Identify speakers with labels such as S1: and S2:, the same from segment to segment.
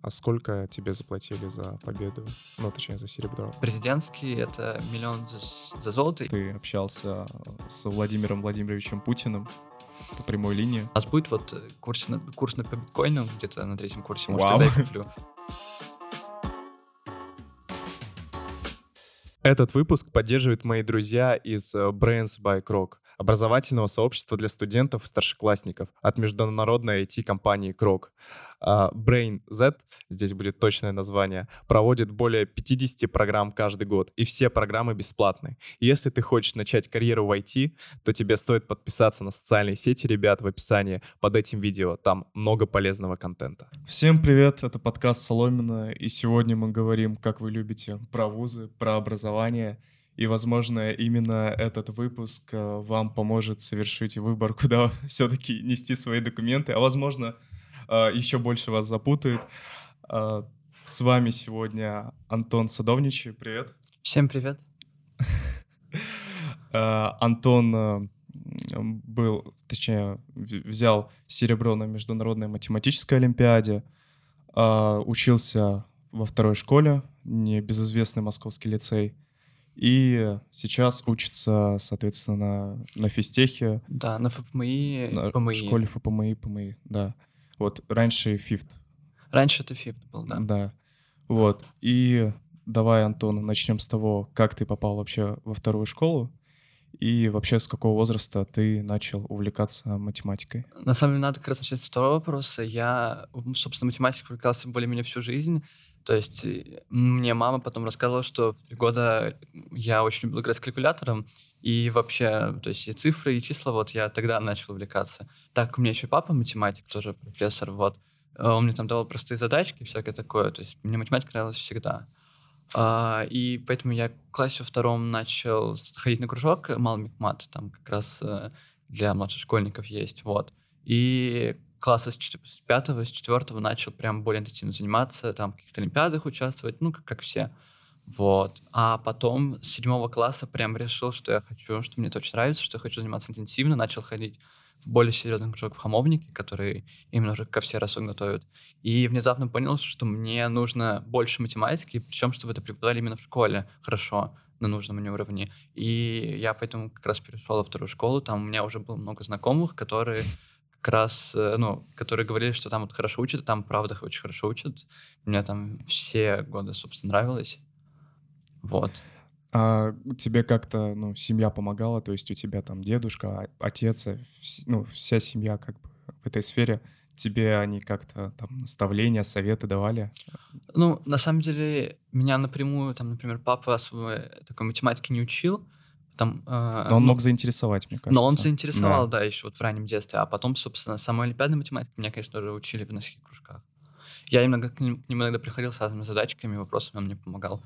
S1: А сколько тебе заплатили за победу? Ну, точнее, за серебро.
S2: Президентский — это миллион за золото.
S1: Ты общался с Владимиром Владимировичем Путиным по прямой линии.
S2: У нас будет курс по биткоину где-то на 3-м курсе. Может,
S1: Вау.
S2: тогда я куплю.
S1: Этот выпуск поддерживают мои друзья из Brains by Krok, образовательного сообщества для студентов и старшеклассников от международной IT-компании Krok. Brain Z, здесь будет точное название, проводит более 50 программ каждый год, и все программы бесплатны. И если ты хочешь начать карьеру в IT, то тебе стоит подписаться на социальные сети ребят в описании под этим видео, там много полезного контента. Всем привет, это подкаст Соломина, и сегодня мы говорим, как вы любите, про вузы, про образование. И, возможно, именно этот выпуск вам поможет совершить выбор, куда все-таки нести свои документы, а, возможно, еще больше вас запутает. С вами сегодня Антон Садовничий. Привет.
S2: Всем привет.
S1: Антон взял серебро на Международной математической олимпиаде, учился во второй школе, небезызвестный Московский лицей, и сейчас учится, соответственно, на физтехе.
S2: Да, на ФПМИ,
S1: на
S2: ПМИ.
S1: школе ФПМИ, да. Вот, раньше ФИФТ.
S2: Раньше это ФИФТ был, да.
S1: Да, вот. И давай, Антон, начнем с того, как ты попал вообще во вторую школу, и вообще с какого возраста ты начал увлекаться математикой?
S2: На самом деле, надо как раз начать с второго вопроса. Я, собственно, математикой увлекался более-менее всю жизнь. То есть мне мама потом рассказывала, что в 3 года я очень любил играть с калькулятором, и вообще, то есть и цифры, и числа, вот я тогда начал увлекаться. Так, у меня еще папа математик, тоже профессор, вот. Он мне там давал простые задачки и всякое такое, то есть мне математика нравилась всегда. И поэтому я в классе во втором начал ходить на кружок мал-мехмат, там как раз для младших школьников есть, вот. И класса с 5-го, с 4-го начал прям более интенсивно заниматься, там в каких-то олимпиадах участвовать, ну, как все. Вот. А потом с 7 класса прям решил, что я хочу, что мне это очень нравится, что я хочу заниматься интенсивно, начал ходить в более серьезный кружок в Хамовнике, который именно уже ко все рассол готовят. И внезапно понял, что мне нужно больше математики, причем чтобы это преподавали именно в школе хорошо, на нужном мне уровне. И я поэтому как раз перешел во вторую школу, там у меня уже было много знакомых, которые как раз, которые говорили, что там вот хорошо учат, там правда очень хорошо учат. Мне там все годы, собственно, нравилось. Вот.
S1: А тебе как-то, семья помогала? То есть у тебя там дедушка, отец, вся семья как бы в этой сфере. Тебе они как-то там наставления, советы давали?
S2: Ну, на самом деле, меня напрямую, там, например, папа особо такой математики не учил.
S1: Но он мог заинтересовать, мне кажется.
S2: Но он заинтересовал, да, еще вот в раннем детстве. А потом, собственно, самой олимпиадной математики меня, конечно, тоже учили в нескольких кружках. Я иногда к нему иногда приходил с разными задачками, вопросами, он мне помогал.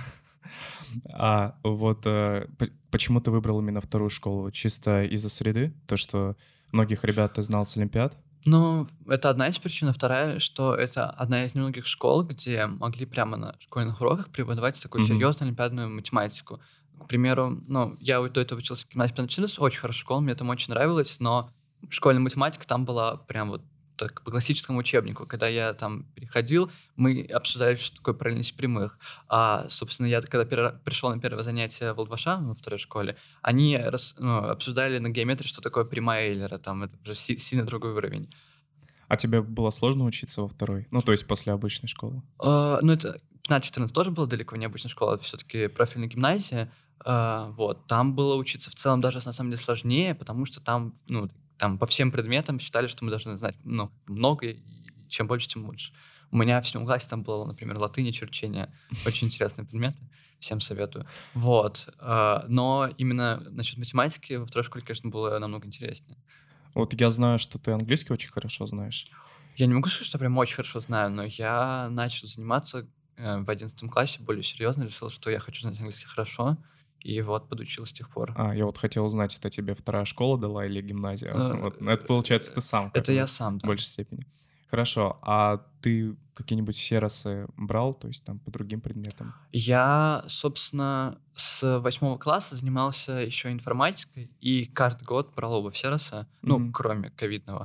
S1: А вот почему ты выбрал именно вторую школу? Чисто из-за среды? То, что многих ребят ты знал с олимпиад?
S2: Ну, это одна из причин. А вторая, что это одна из немногих школ, где могли прямо на школьных уроках преподавать такую серьезную олимпиадную математику. К примеру, я до этого учился в гимназии Панчинес, очень хорошая школа, мне там очень нравилось, но школьная математика там была прям вот так, по классическому учебнику. Когда я там переходил, мы обсуждали, что такое параллельность прямых. Собственно, я когда пришел на первое занятие в ЛДВШ, во второй школе, они обсуждали на геометрии, что такое прямая Эйлера. Там это уже сильно другой уровень.
S1: А тебе было сложно учиться во второй? Ну, то есть после обычной школы?
S2: Это 15-14 тоже была далеко не обычная школа, это все-таки профильная гимназия. Вот. Там было учиться в целом даже на самом деле сложнее, потому что там по всем предметам считали, что мы должны знать много, и чем больше, тем лучше. У меня в 7 классе там было, например, латынь и черчение. Очень интересные предметы, всем советую. Вот. Но именно насчет математики во второй школе, конечно, было намного интереснее.
S1: Вот я знаю, что ты английский очень хорошо знаешь.
S2: Я не могу сказать, что прям очень хорошо знаю, но я начал заниматься в 11 классе более серьезно, решил, что я хочу знать английский хорошо. И вот подучил с тех пор.
S1: Я вот хотел узнать, это тебе вторая школа дала или гимназия? Это, получается, ты сам.
S2: Это я сам, да.
S1: В большей степени. Хорошо. А ты какие-нибудь серосы брал, то есть там по другим предметам?
S2: Я, собственно, с 8 класса занимался еще информатикой, и каждый год брал оба сероса, кроме ковидного.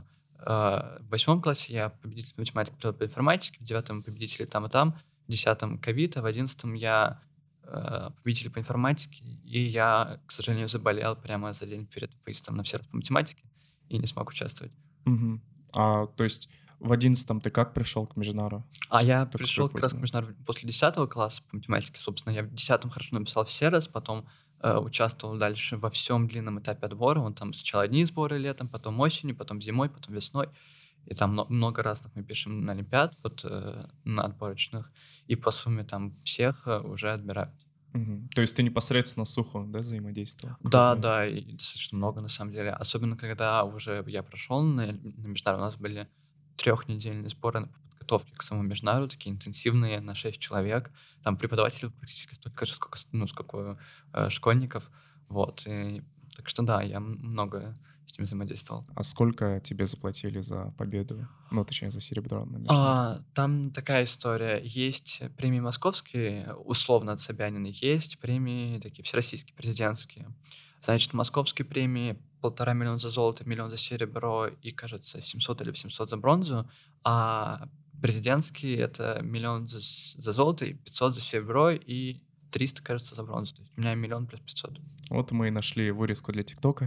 S2: В 8 классе я победитель по математике, по информатике, в 9 победитель там и там, в 10 ковид, а в 11 я победитель по информатике, и я, к сожалению, заболел прямо за день перед выездом на всех по математике и не смог участвовать.
S1: Мгм. То есть в 11 ты как пришел к Межнару?
S2: Я
S1: Ты
S2: пришел
S1: какой
S2: как раз к
S1: был?
S2: Международному после 10 класса по математике, собственно. Я в 10 хорошо написал все раз, потом участвовал дальше во всем длинном этапе отбора. Он там сначала одни сборы летом, потом осенью, потом зимой, потом весной. И там много разных мы пишем на олимпиад, на отборочных. И по сумме там всех уже отбирают.
S1: Мгм. То есть ты непосредственно с УХУ, да, взаимодействовал?
S2: Да,
S1: Круто.
S2: да, и достаточно много на самом деле. Особенно когда уже я прошел на Межнар, у нас были 3-недельные сборы по подготовке к самому Межнару, такие интенсивные, на 6 человек. Там преподавателей практически столько же, сколько школьников. Вот. Так что да, я много с ним взаимодействовал.
S1: А сколько тебе заплатили за победу? Ну, точнее, за серебро на Межнаре.
S2: Там такая история. Есть премии московские, условно от Собянина, есть премии такие всероссийские, президентские. Значит, московские премии 1,5 миллиона за золото, 1 миллион за серебро и, кажется, 700 или 800 за бронзу, а президентские — это 1 миллион за золото, и 500 за серебро, и 300, кажется, за бронзу. То есть у меня 1 миллион плюс 500.
S1: Вот мы и нашли вырезку для ТикТока.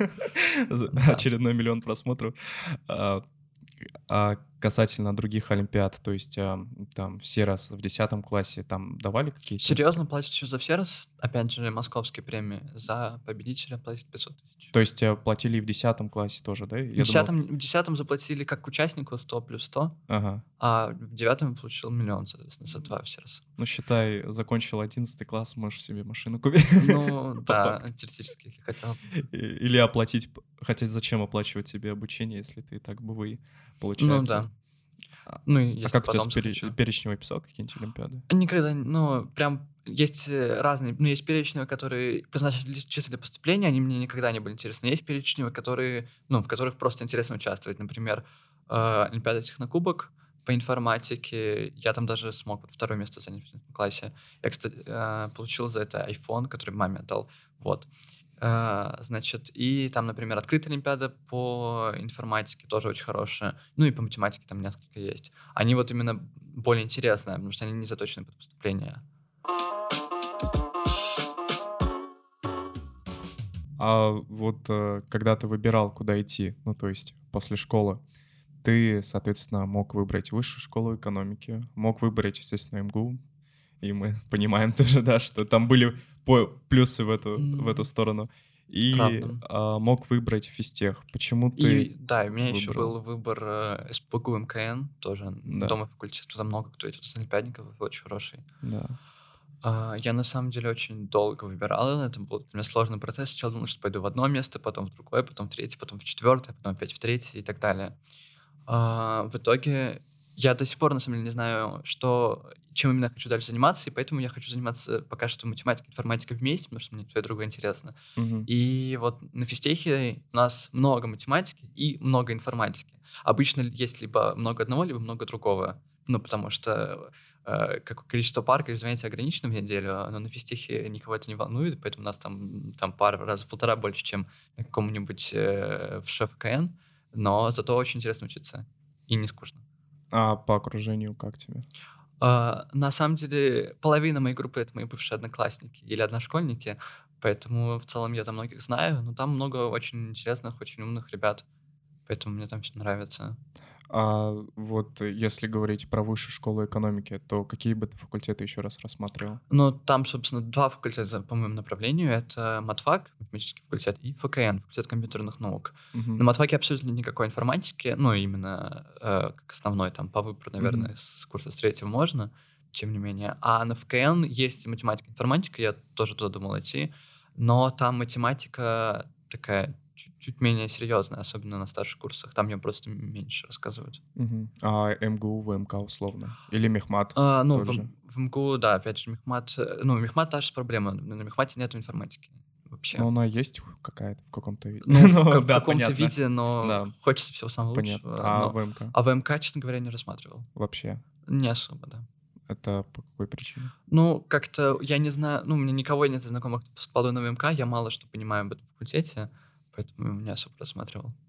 S2: Да.
S1: Очередной 1 миллион просмотров. А а касательно других олимпиад, то есть там все раз в 10 классе там давали какие-то...
S2: Серьезно платят еще за все раз? Опять же, московские премии. За победителя платят 500 тысяч.
S1: То есть платили и в 10 классе тоже, да?
S2: В
S1: Я думал...
S2: 10 заплатили как участнику 100 плюс 100,
S1: Ага.
S2: а в 9 получил 1 миллион, соответственно, за 2 все раз.
S1: Ну, считай, закончил 11 класс, можешь себе машину купить.
S2: Ну,
S1: По
S2: да,
S1: факту.
S2: теоретически, если хотел.
S1: Или оплатить... Хотя зачем оплачивать себе обучение, если ты так бы вы,
S2: Ну,
S1: получается.
S2: да.
S1: А
S2: Ну, и
S1: а
S2: если
S1: как у тебя
S2: потом захочу.
S1: перечневый писал какие-нибудь олимпиады?
S2: Никогда, ну, прям есть разные, ну, есть перечневые, которые предназначены чисто для поступления, они мне никогда не были интересны. Есть перечневые, которые, ну, в которых просто интересно участвовать. Например, Олимпиада технокубок по информатике. Я там даже смог 2 место занять в 5 классе. Я, кстати, получил за это iPhone, который маме отдал. Вот. Значит, и там, например, открытая олимпиада по информатике тоже очень хорошая. Ну и по математике там несколько есть. Они вот именно более интересные, потому что они не заточены под поступление.
S1: А вот когда ты выбирал, куда идти, ну, то есть после школы, ты, соответственно, мог выбрать высшую школу экономики, мог выбрать, естественно, МГУ, и мы понимаем тоже, да, что там были плюсы в эту сторону, и
S2: Правда.
S1: мог выбрать физтех. Почему
S2: И
S1: ты
S2: да, и у меня еще
S1: выбрал?
S2: был выбор СПБГУ МКН, тоже
S1: Да,
S2: дома факультет, туда много кто идет из олимпиадников, очень хороший.
S1: да.
S2: Я на самом деле очень долго выбирал, это был для меня сложный процесс. Сначала думал, что пойду в одно место, потом в другое, потом в третье, потом в четвертое, потом опять в третье и так далее. В итоге я до сих пор, на самом деле, не знаю, чем именно я хочу дальше заниматься, и поэтому я хочу заниматься пока что математикой и информатикой вместе, потому что мне то и другое интересно.
S1: Мгм.
S2: И вот на физтехе у нас много математики и много информатики. Обычно есть либо много одного, либо много другого. Ну, потому что количество пар, как занятий ограничено в неделю, но на физтехе никого это не волнует, поэтому у нас там пар раза в 1,5 больше, чем на каком-нибудь в ШФКН, но зато очень интересно учиться и не скучно.
S1: А по окружению как тебе?
S2: На самом деле, половина моей группы — это мои бывшие одноклассники или одношкольники, поэтому в целом я там многих знаю, но там много очень интересных, очень умных ребят, поэтому мне там все нравится.
S1: А вот если говорить про высшую школу экономики, то какие бы ты факультеты еще раз рассматривал?
S2: Ну, там, собственно, 2 факультета по моему направлению. Это матфак, математический факультет, и ФКН, факультет компьютерных наук. На
S1: Мгм.
S2: матфаке абсолютно никакой информатики, ну, именно как основной, там, по выбору,
S1: Мгм.
S2: наверное, с курса с 3 можно, тем не менее. А на ФКН есть математика, информатика, я тоже туда думал идти, но там математика такая чуть менее серьезная, особенно на старших курсах. Там мне просто меньше рассказывают.
S1: Мгм. А МГУ, ВМК условно? Или мехмат
S2: Ну,
S1: тот же?
S2: в МГУ, да, опять же, мехмат. Ну, мехмат та же проблема. На мехмате нет информатики
S1: Ну,
S2: вообще.
S1: она есть какая-то в каком-то виде.
S2: Ну,
S1: Ну,
S2: в
S1: да,
S2: каком-то
S1: понятно.
S2: виде, но
S1: Да,
S2: хочется всего самого
S1: понятно.
S2: лучшего.
S1: А ВМК
S2: А ВМК, честно говоря, не рассматривал.
S1: вообще?
S2: Не особо, да.
S1: Это по какой причине?
S2: Ну, как-то, я не знаю, ну, у меня никого нет из знакомых, кто поступал на ВМК, я мало что понимаю об этом факультете, поэтому не особо рассматривал.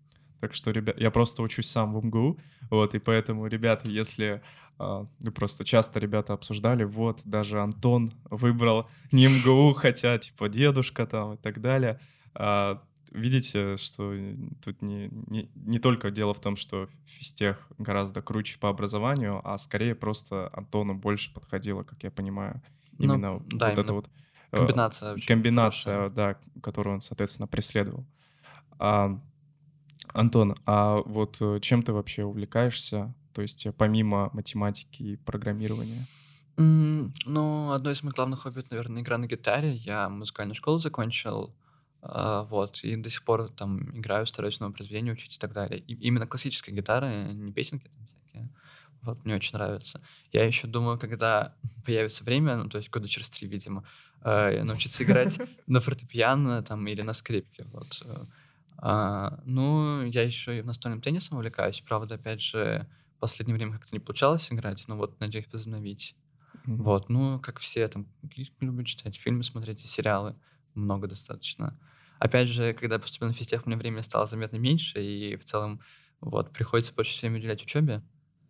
S1: Так что, ребят, я просто учусь сам в МГУ, вот, и поэтому, ребята, если ну, просто часто ребята обсуждали, вот, даже Антон выбрал не МГУ, хотя, типа, дедушка там и так далее. Видите, что тут не только дело в том, что физтех гораздо круче по образованию, а скорее просто Антону больше подходило, как я понимаю,
S2: Ну,
S1: именно
S2: да,
S1: вот эта
S2: именно
S1: вот
S2: комбинация очень хорошая.
S1: комбинация, да, которую он, соответственно, преследовал. А, Антон, а вот чем ты вообще увлекаешься? То есть помимо математики и программирования?
S2: Ну, одно из моих главных хобби — это, наверное, игра на гитаре. Я музыкальную школу закончил, вот, и до сих пор там играю, стараюсь новые произведения учить и так далее. И именно классическая гитара, не песенки там всякие. Вот, мне очень нравится. Я еще думаю, когда появится время, ну, то есть года через 3, видимо, научиться играть на фортепиано там или на скрипке, вот. Ну, я еще и настольным теннисом увлекаюсь. Правда, опять же, в последнее время как-то не получалось играть, но вот надеюсь возобновить.
S1: Мгм.
S2: Вот, ну, как все, там, книжки люблю читать, фильмы смотреть и сериалы. Много достаточно. Опять же, когда я поступил на физтех, у меня времени стало заметно меньше, и в целом, вот, приходится больше времени уделять учебе,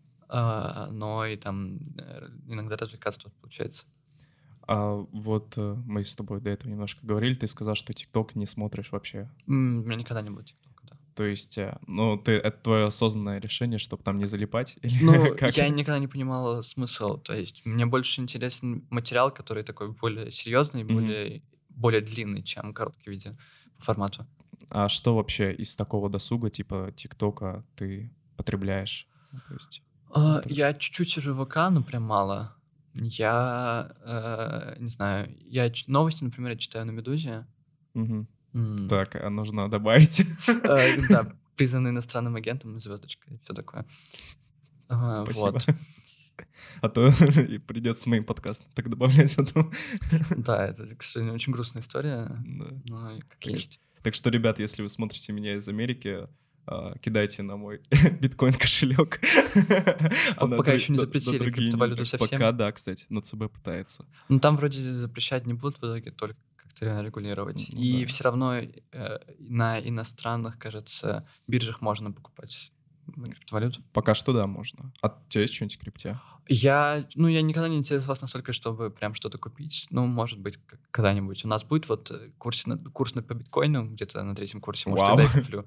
S2: но и там иногда развлекаться тоже получается.
S1: А вот мы с тобой до этого немножко говорили, ты сказал, что ТикТок не смотришь вообще.
S2: У меня никогда не было ТикТока, да.
S1: То есть, ну, это твое осознанное решение, чтобы там не залипать? Или
S2: Ну,
S1: как?
S2: я никогда не понимал смысл. То есть мне больше интересен материал, который такой более серьезный,
S1: Мгм.
S2: более длинный, чем короткие видео по формату.
S1: А что вообще из такого досуга, типа ТикТока, ты потребляешь? Ну, то есть смотришь?
S2: Я чуть-чуть сижу в ВК, но прям мало. Я, не знаю, новости, например, я читаю на «Медузе».
S1: Мгм.
S2: М,
S1: Так, а нужно добавить.
S2: да, признанный иностранным агентом, звездочка и всё такое.
S1: Спасибо.
S2: Вот.
S1: А то и придется моим подкастом так добавлять потом.
S2: Да, это, к сожалению, очень грустная история,
S1: Да.
S2: но и как
S1: Так что,
S2: есть.
S1: так что, ребят, если вы смотрите меня из Америки, кидайте на мой биткоин-кошелек. А на
S2: Пока еще не
S1: на
S2: запретили
S1: другие
S2: криптовалюту
S1: пока,
S2: совсем.
S1: да, кстати, но ЦБ пытается.
S2: Ну, там вроде запрещать не будут в итоге, только как-то реально регулировать.
S1: Ну
S2: И
S1: да.
S2: все равно, на иностранных, кажется, биржах можно покупать, криптовалюту.
S1: Пока что да, можно. А у тебя есть что-нибудь в крипте?
S2: Я никогда не интересовался настолько, чтобы прям что-то купить. Ну, может быть, когда-нибудь. У нас будет вот курс по биткоину где-то на 3-м курсе. Может,
S1: Вау.
S2: тогда и куплю.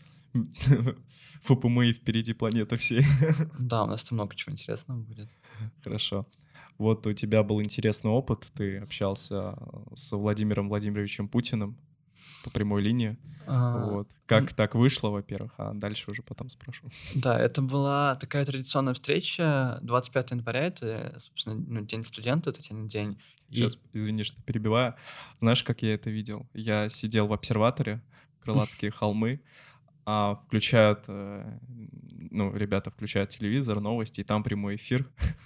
S1: ФПМИ впереди планеты всей.
S2: Да, у нас там много чего интересного будет.
S1: Хорошо. Вот у тебя был интересный опыт. Ты общался с Владимиром Владимировичем Путиным по прямой линии.
S2: А,
S1: Вот. Как так вышло, во-первых, а дальше уже потом спрошу.
S2: Да, это была такая традиционная встреча. 25 января — это, собственно, ну, день студента, Татьянин день.
S1: Сейчас,
S2: И
S1: извини, что перебиваю. Знаешь, как я это видел? Я сидел в обсерваторе, Крылатские холмы, включают, ну, ребята включают телевизор, новости, и там прямой эфир.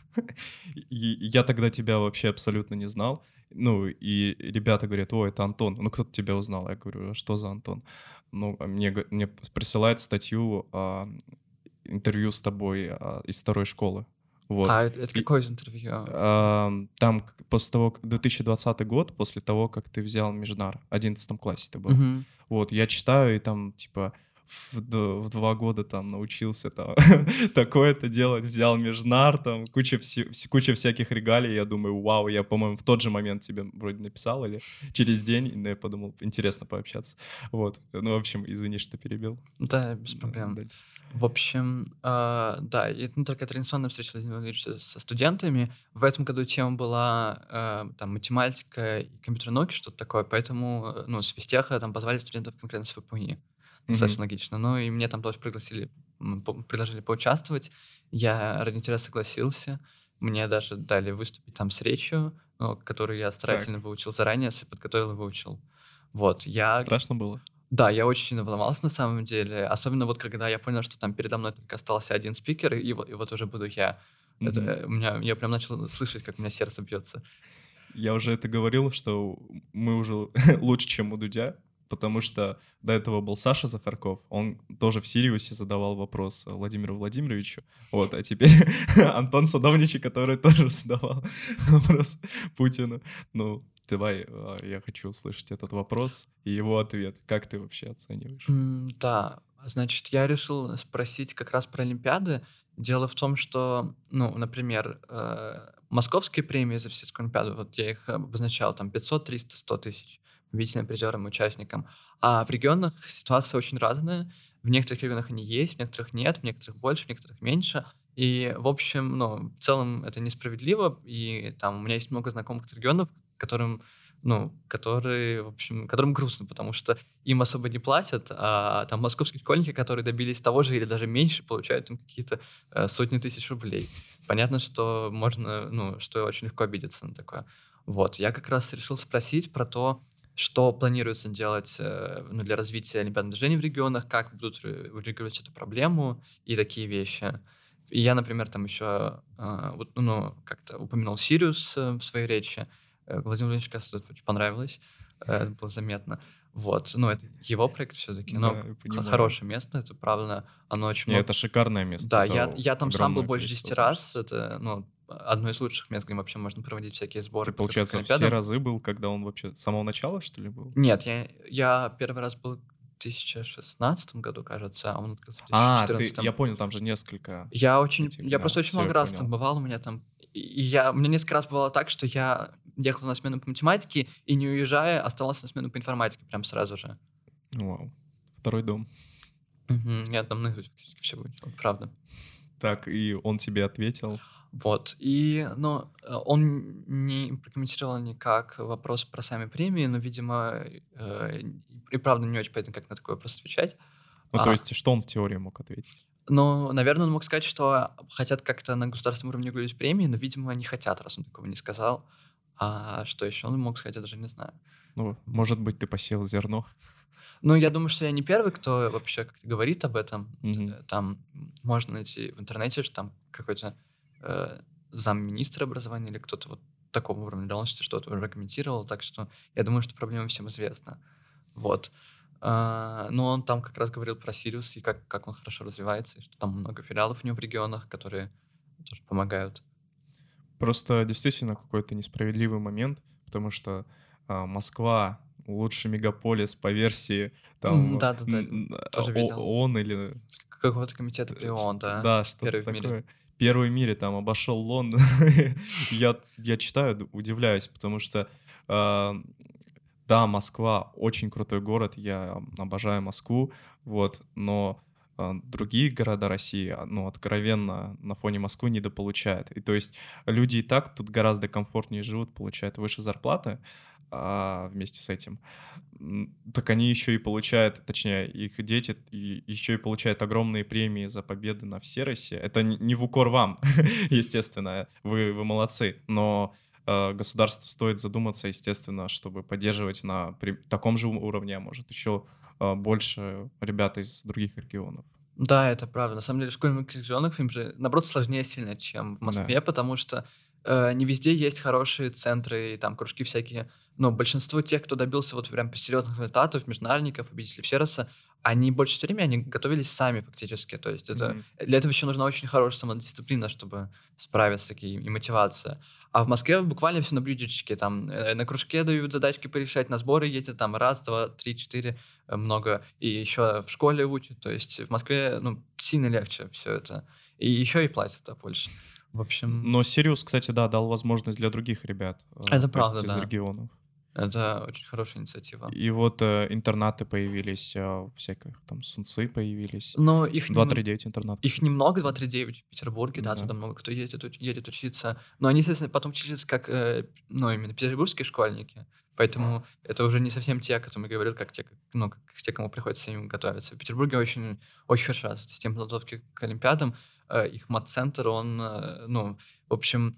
S1: И я тогда тебя вообще абсолютно не знал. Ну, и ребята говорят: о, это Антон. Ну, кто-то тебя узнал. Я говорю: а что за Антон? Ну, мне присылают статью, интервью с тобой из второй школы. Вот.
S2: это
S1: И,
S2: какое интервью?
S1: там после того, 2020 год, после того, как ты взял Межнар, в 11 классе ты был.
S2: Мгм.
S1: Вот, я читаю, и там, типа, в 2 года там научился там такое-то делать, взял Межнар, там куча всяких регалий. Я думаю, вау, я, по-моему, в тот же момент тебе вроде написал или через день, но я подумал, интересно пообщаться. Вот, ну, в общем, извини, что перебил.
S2: Да, без
S1: Да,
S2: проблем.
S1: дальше.
S2: В общем, да, и это такая традиционная встреча Владимира Владимировича со студентами. В этом году тема была там математика и компьютерные науки, что-то такое, поэтому, ну, с физтеха там позвали студентов конкретно с ФПУНИ.
S1: Мгм.
S2: Достаточно логично. Ну, и мне там тоже предложили поучаствовать. Я ради интереса согласился. Мне даже дали выступить там с речью, ну, которую я
S1: Так,
S2: старательно выучил заранее, подготовил и выучил. Вот,
S1: страшно было?
S2: да, я очень сильно волновался на самом деле. Особенно вот когда я понял, что там передо мной только остался один спикер, и вот уже буду я. Это,
S1: Мгм.
S2: я прям начал слышать, как у меня сердце бьется.
S1: Я уже это говорил, что мы уже лучше, чем у Дудя, потому что до этого был Саша Захарков, он тоже в Сириусе задавал вопрос Владимиру Владимировичу, вот, а теперь Антон Садовничий, который тоже задавал вопрос Путину. Ну, давай, я хочу услышать этот вопрос и его ответ. Как ты вообще оцениваешь?
S2: Да, Значит, я решил спросить как раз про олимпиады. Дело в том, что, ну, например, московские премии за всю олимпиаду, вот я их обозначал, там 500, 300, 100 тысяч победителям, призерам, участникам. А в регионах ситуация очень разная. В некоторых регионах они есть, в некоторых нет, в некоторых больше, в некоторых меньше. И, в общем, ну, в целом это несправедливо. И там у меня есть много знакомых из регионов, которым, ну, которые, в общем, которым грустно, потому что им особо не платят, а там московские школьники, которые добились того же или даже меньше, получают там какие-то сотни тысяч рублей. Понятно, что можно, ну, что очень легко обидеться на такое. Вот, я как раз решил спросить про то, что планируется делать ну, для развития олимпиадных движений в регионах, как будут урегулировать эту проблему и такие вещи. И я, например, там еще вот, ну, как-то упомянул Сириус в своей речи. Владимиру Владимировичу, кажется, это очень понравилось. Это было заметно. Вот, ну, это его проект все-таки, но
S1: Да, я понимаю.
S2: хорошее место, это правда, оно очень
S1: Не,
S2: много...
S1: это шикарное место,
S2: Да,
S1: это
S2: я там сам был
S1: огромное
S2: больше
S1: количество
S2: 10 раз,
S1: возможностей.
S2: это, ну, одно из лучших мест, где вообще можно проводить всякие сборы,
S1: Ты,
S2: подготовку к
S1: получается, все
S2: Олимпиадам.
S1: разы был, когда он вообще с самого начала, что ли, был?
S2: Нет, я первый раз был в 2016 году, кажется, а он открылся в
S1: Я
S2: 2014.
S1: понял, там же несколько
S2: Я
S1: да,
S2: просто очень
S1: все, я
S2: много раз там
S1: понял.
S2: бывал, у меня там, у меня несколько раз бывало так, что я ехал на смену по математике и, не уезжая, оставался на смену по информатике прям сразу же.
S1: Вау. Второй дом.
S2: Я там наизусть фактически все выучил, правда.
S1: Так, и он тебе ответил.
S2: Вот. И, ну, он не прокомментировал никак вопрос про сами премии, но, видимо, и правда не очень понятно, как на такой вопрос отвечать.
S1: Ну, то
S2: А,
S1: есть, что он в теории мог ответить?
S2: Но, наверное, он мог сказать, что хотят как-то на государственном уровне регулировать премии, но, видимо, не хотят, раз он такого не сказал. А что еще он мог сказать, я даже не знаю.
S1: Ну,
S2: Вот.
S1: может быть, ты посеял зерно.
S2: Ну, я думаю, что я не первый, кто вообще как-то говорит об этом.
S1: Мгм.
S2: Там можно найти в интернете, что там какой-то замминистра образования или кто-то вот такого уровня должности что-то уже комментировал, так что я думаю, что проблема всем известна. Вот. Но он там как раз говорил про Сириус и как он хорошо развивается, и что там много филиалов у него в регионах, которые тоже помогают.
S1: Просто действительно какой-то несправедливый момент, потому что Москва лучший мегаполис по версии там
S2: Да-да-да, тоже видел.
S1: ООН или
S2: Какого-то комитета при ООН, да,
S1: да, что-то
S2: первый в мире.
S1: такое. Первый в мире там обошел Лондон. Я читаю, удивляюсь, потому что да, Москва очень крутой город, я обожаю Москву, вот, но другие города России, ну, откровенно на фоне Москвы недополучают. И то есть люди и так тут гораздо комфортнее живут, получают выше зарплаты, вместе с этим. Так они еще и получают, точнее, их дети еще и получают огромные премии за победы на Всероссии. Это не в укор вам, естественно, вы молодцы, но государству стоит задуматься, естественно, чтобы поддерживать на таком же уровне, а может еще больше ребят из других регионов.
S2: Да, это правда. На самом деле, в школьных регионах им же, наоборот, сложнее сильно, чем в
S1: Да.
S2: Москве, потому что не везде есть хорошие центры и там кружки всякие. Но большинство тех, кто добился вот прям серьезных результатов, международников, победителей Всероса, они больше всего времени они готовились сами фактически. То есть это,
S1: Мгм.
S2: для этого еще нужна очень хорошая самодисциплина, чтобы справиться такие, и мотивация. А в Москве буквально все на блюдечке. Там на кружке дают задачки порешать, на сборы ездят там раз, два, три, четыре, много. И еще в школе учат. То есть в Москве, ну, сильно легче все это. И еще и платят больше. В общем,
S1: Но Сириус, кстати, да, дал возможность для других ребят,
S2: это
S1: то есть
S2: правда,
S1: из
S2: да.
S1: регионов.
S2: Это очень хорошая инициатива.
S1: И вот интернаты появились, всяких там сунцы появились.
S2: Но
S1: 239 интернат,
S2: их
S1: кстати.
S2: немного, 239 в Петербурге, да,
S1: Да.
S2: туда много кто едет учиться. Но они, естественно, потом учились как, ну, именно петербургские школьники. Поэтому это уже не совсем те, о которых я говорил, как те, ну, как те, кому приходится самим готовиться. В Петербурге очень, очень хороша система подготовки к Олимпиадам. Их мат-центр, он, ну, в общем,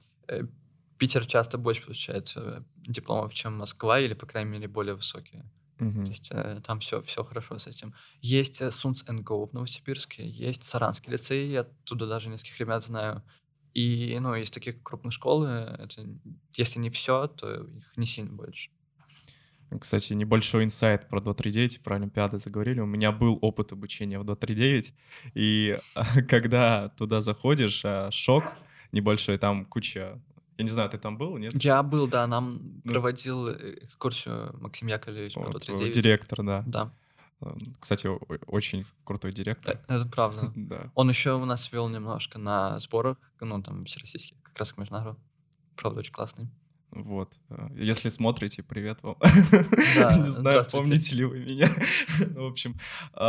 S2: Питер часто больше получает дипломов, чем Москва, или, по крайней мере, более высокие. То
S1: Мгм.
S2: есть там все хорошо с этим. Есть Сунц Go в Новосибирске, есть Саранский лицей, я оттуда даже нескольких ребят знаю. И, ну, из таких крупных школ, это, если не все, то их не сильно больше.
S1: Кстати, небольшой инсайт про 239, про Олимпиады заговорили. У меня был опыт обучения в 239, и когда туда заходишь, шок небольшой, там куча... Я не знаю, ты там был, нет?
S2: Я был, да, нам
S1: Ну,
S2: проводил экскурсию Максим Яковлевич по
S1: вот,
S2: 239.
S1: директор, да.
S2: Да.
S1: Кстати, очень крутой директор.
S2: Это правда.
S1: Да.
S2: Он еще у нас вел немножко на сборах, ну, там, всероссийских, как раз к Межнару. Правда, очень классный.
S1: Вот. Если смотрите, привет вам.
S2: Да,
S1: Не знаю,
S2: здравствуйте.
S1: помните ли вы меня. Ну, в общем,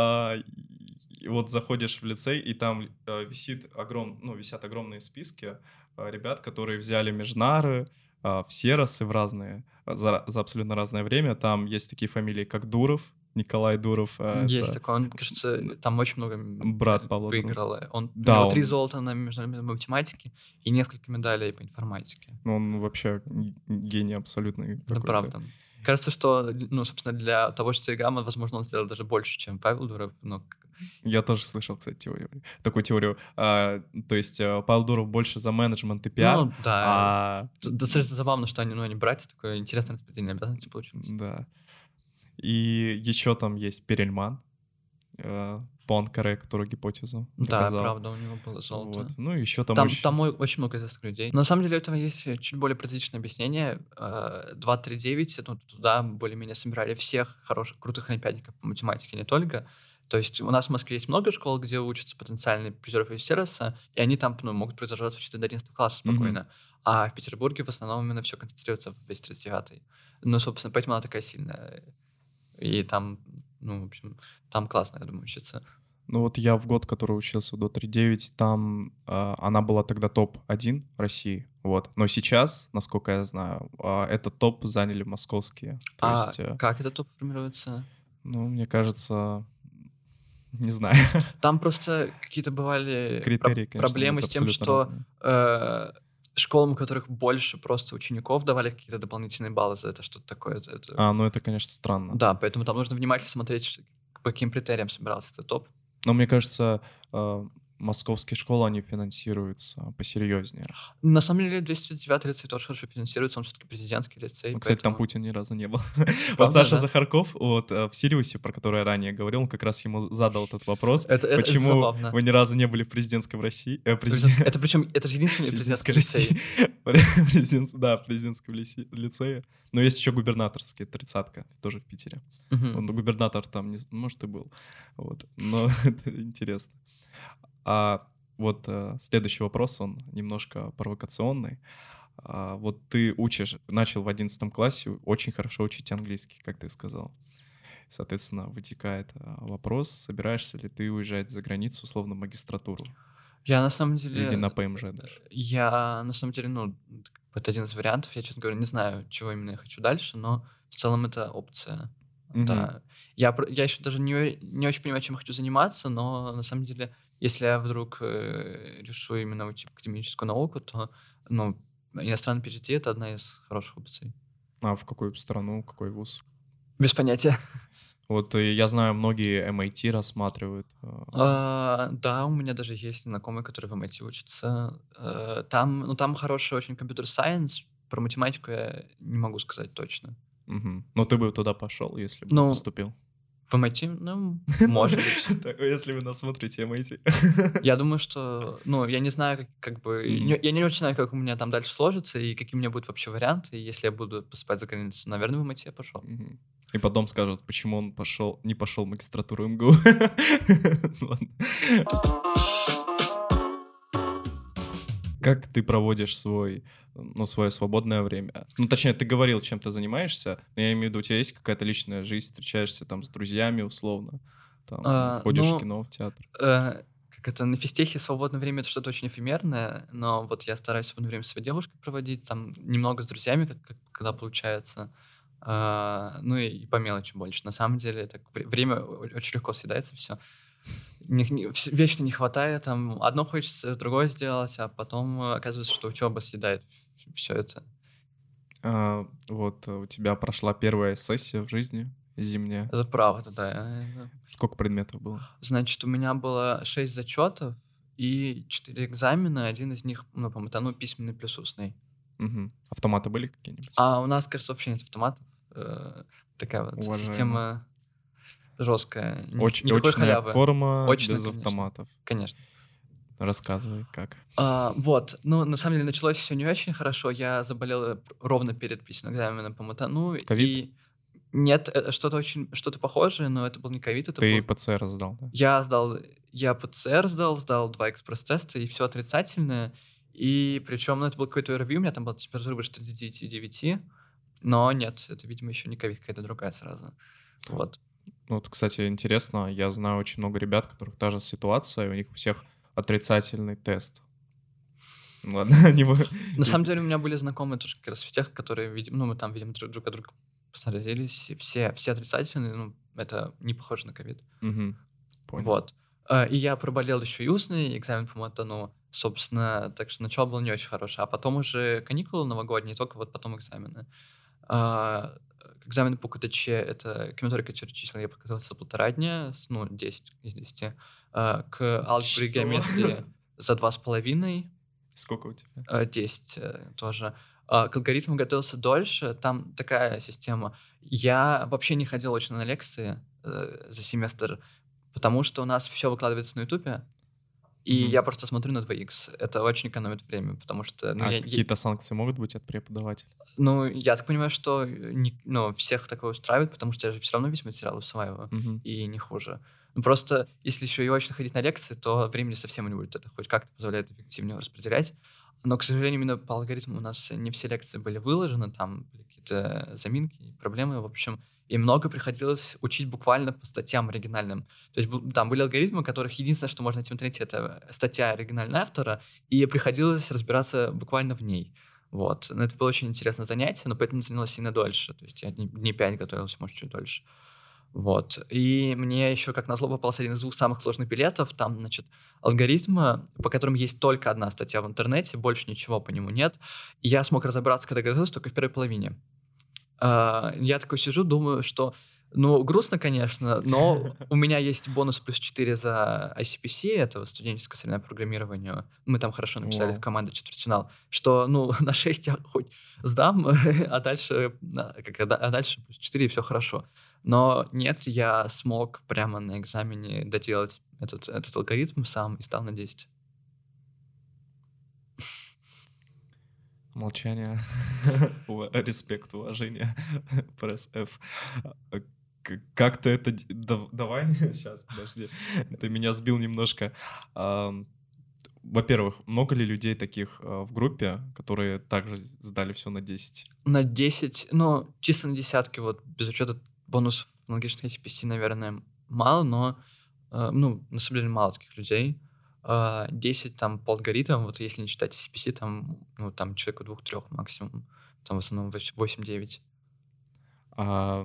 S1: и вот заходишь в лицей, и там висят огромные списки ребят, которые взяли межнары, в серосы в разные, за абсолютно разное время. Там есть такие фамилии, как Дуров, Николай Дуров.
S2: Есть
S1: Это
S2: такой, он, кажется, там очень много
S1: брат Павла Дурова.
S2: выиграл. У
S1: Да,
S2: него 3
S1: он,
S2: золота на международной математике и несколько медалей по информатике.
S1: он вообще гений абсолютный
S2: Это
S1: какой-то.
S2: правда. Кажется, что, ну, собственно, для того, что Игама, возможно, он сделал даже больше, чем Павел Дуров. Но
S1: Я тоже слышал, кстати, такую теорию. То есть Павел Дуров больше за менеджмент и пиар,
S2: ну, да.
S1: а...
S2: Достаточно забавно, что они братья, такое интересное распределение обязанностей получилось.
S1: Да. И еще там есть Перельман, Пуанкаре, который гипотезу доказал.
S2: Да, правда, у него было золото.
S1: Вот. Ну, еще там,
S2: Там очень много известных людей. Но на самом деле у этого есть чуть более практичное объяснение. 239, ну, туда более-менее собирали всех хороших, крутых олимпиадников по математике, не только. То есть у нас в Москве есть много школ, где учатся потенциальные призеры Сероса, и они там могут продолжаться учиться до 11 класса спокойно. А в Петербурге в основном именно все концентрируется в 239. Ну, собственно, поэтому она такая сильная. И там, ну, в общем, там классно, я думаю, учиться.
S1: Ну вот я в год, который учился в 239, там она была тогда топ-1 России, вот. Но сейчас, насколько я знаю, этот топ заняли московские. То есть,
S2: как этот топ формируется?
S1: ну, мне кажется, не знаю.
S2: Там просто какие-то бывали
S1: Критерии, конечно,
S2: проблемы с тем, что школам, у которых больше просто учеников, давали какие-то дополнительные баллы за это, что-то такое.
S1: Ну это, конечно, странно.
S2: Да, поэтому там нужно внимательно смотреть, по каким критериям собирался этот топ.
S1: Но мне кажется, московские школы, они финансируются посерьезнее.
S2: На самом деле 239 лицей тоже хорошо финансируется, он все-таки президентский лицей.
S1: Ну, кстати, там Путин ни разу не был.
S2: Правда,
S1: Вот Саша
S2: да?
S1: Захарков вот в Сириусе, про который я ранее говорил, он как раз ему задал этот вопрос.
S2: Это
S1: Почему
S2: забавно.
S1: вы ни разу не были в президентском России?
S2: Это причем, это же единственный президентский лицей.
S1: Да, в президентском лицее. Но есть еще губернаторский, 30-ка, тоже в Питере. Он губернатор там, может, и был. Вот. Но это интересно. А вот следующий вопрос, он немножко провокационный. Вот ты начал в 11 классе очень хорошо учить английский, как ты сказал. Соответственно, вытекает вопрос, собираешься ли ты уезжать за границу, условно, в магистратуру?
S2: Я на самом деле...
S1: Или на ПМЖ даже?
S2: Я на самом деле, ну, это один из вариантов. Я, честно говоря, не знаю, чего именно я хочу дальше, но в целом это опция. Да. Я еще даже не очень понимаю, чем я хочу заниматься, но на самом деле, если я вдруг решу именно уйти в академическую науку, то, ну, иностранный PhD — это одна из хороших опций.
S1: А в какую страну, какой вуз?
S2: Без понятия.
S1: Вот я знаю, многие MIT рассматривают.
S2: Да, у меня даже есть знакомые, которые в MIT учатся. Там хороший очень компьютер-сайенс. Про математику я не могу сказать точно.
S1: Но ты бы туда пошел, если бы поступил?
S2: В MIT? Ну, может быть.
S1: Если вы нас смотрите, MIT.
S2: Я думаю, что... Ну, я не знаю, как бы... Я не очень знаю, как у меня там дальше сложится, и какие у меня будут вообще варианты. И если я буду поступать за границу, наверное, в MIT я пошел.
S1: И потом скажут, почему он не пошел в магистратуру МГУ. Как ты проводишь свое свободное время? Ну, точнее, ты говорил, чем ты занимаешься, но я имею в виду, у тебя есть какая-то личная жизнь, встречаешься там с друзьями условно, там, ходишь в кино, в театр?
S2: Как это, на физтехе свободное время — это что-то очень эфемерное, но вот я стараюсь свободное время с своей девушкой проводить, там, немного с друзьями, когда получается, ну и по мелочи больше. На самом деле, так, время очень легко съедается все. Вечно не хватает, там, одно хочется, другое сделать, а потом оказывается, что учеба съедает все это.
S1: Вот у тебя прошла первая сессия в жизни, зимняя.
S2: Это правда, да.
S1: Сколько предметов было?
S2: Значит, у меня было 6 зачетов и 4 экзамена, один из них, ну, по-моему, письменный плюс устный.
S1: Автоматы были какие-нибудь?
S2: У нас, кажется, вообще нет автоматов. Такая вот система жесткая.
S1: Очная форма без автоматов.
S2: Конечно.
S1: Рассказывай, как.
S2: Вот. Ну, на самом деле, началось все не очень хорошо. Я заболел ровно перед письменным экзаменом по матану.
S1: Ковид?
S2: Нет, что-то похожее, но это был не ковид, это
S1: Ты
S2: был...
S1: ПЦР сдал, да?
S2: Я ПЦР сдал 2 экспресс-теста, и все отрицательное. И причем, ну, это был какой-то ОРВИ, у меня там была температура выше 39, но нет, это, видимо, еще не ковид, какая-то другая сразу. Вот.
S1: Ну, вот, кстати, интересно, я знаю очень много ребят, у которых та же ситуация, у них у всех отрицательный тест. Ладно, не буду.
S2: На самом деле у меня были знакомые тоже как раз в тех, которые, видимо, ну, мы там, видимо, друг от друга заразились, и все отрицательные, ну, это не похоже на ковид.
S1: Мгм. Понял.
S2: Вот. И я проболел еще и устный экзамен по матану, собственно, так что начало было не очень хорошее. А потом уже каникулы новогодние, только вот потом экзамены. А, Экзамены по КТЧ — это комбинаторика теории чисел. Я подготовился 1,5 дня, 10 из 10. К алгебре и
S1: Что?
S2: геометрии за 2,5.
S1: Сколько у тебя?
S2: 10 тоже. К алгоритму готовился дольше. Там такая система. Я вообще не ходил очно на лекции за семестр, потому что у нас все выкладывается на Ютубе, и
S1: Мгм.
S2: я просто смотрю на 2х. Это очень экономит время, потому что,
S1: А какие-то санкции могут быть от преподавателя?
S2: я так понимаю, что всех такое устраивает, потому что я же все равно весь материал усваиваю,
S1: Мгм.
S2: и не хуже. Ну, просто если еще и очно ходить на лекции, то времени совсем не будет. Это хоть как-то позволяет эффективнее распределять. Но, к сожалению, именно по алгоритму у нас не все лекции были выложены, там были какие-то заминки, проблемы, в общем. И много приходилось учить буквально по статьям оригинальным. То есть там были алгоритмы, которых единственное, что можно найти в интернете, это статья оригинального автора, и приходилось разбираться буквально в ней. Вот. Но это было очень интересное занятие, но поэтому занялось сильно дольше. То есть я дней 5 готовился, может, чуть дольше. Вот. И мне еще, как назло, попался один из 2 самых сложных билетов. Там, значит, алгоритмы, по которым есть только одна статья в интернете, больше ничего по нему нет. И я смог разобраться, когда готовился, только в первой половине. Я такой сижу, думаю, что, грустно, конечно, но у меня есть бонус +4 за ICPC, это студенческое соревнование по программированию. Мы там хорошо написали в
S1: Вау.
S2: команде четвертьфинал, что, на 6 я хоть сдам, а дальше, дальше +4 и все хорошо. Но нет, я смог прямо на экзамене доделать этот алгоритм сам и стал на 10.
S1: Молчание. Респект, уважение. Пресс F. А, Как ты это... Давай, сейчас, подожди. Ты меня сбил немножко. Ам, Во-первых, много ли людей таких в группе, которые также сдали все на 10?
S2: На 10, чисто на десятки, вот без учета бонусов аналогичных HPC, наверное, мало, но, на самом деле мало таких людей. 10 там по алгоритмам, вот если не считать HPC, там человека 2-3 максимум, там в основном 8-9.
S1: А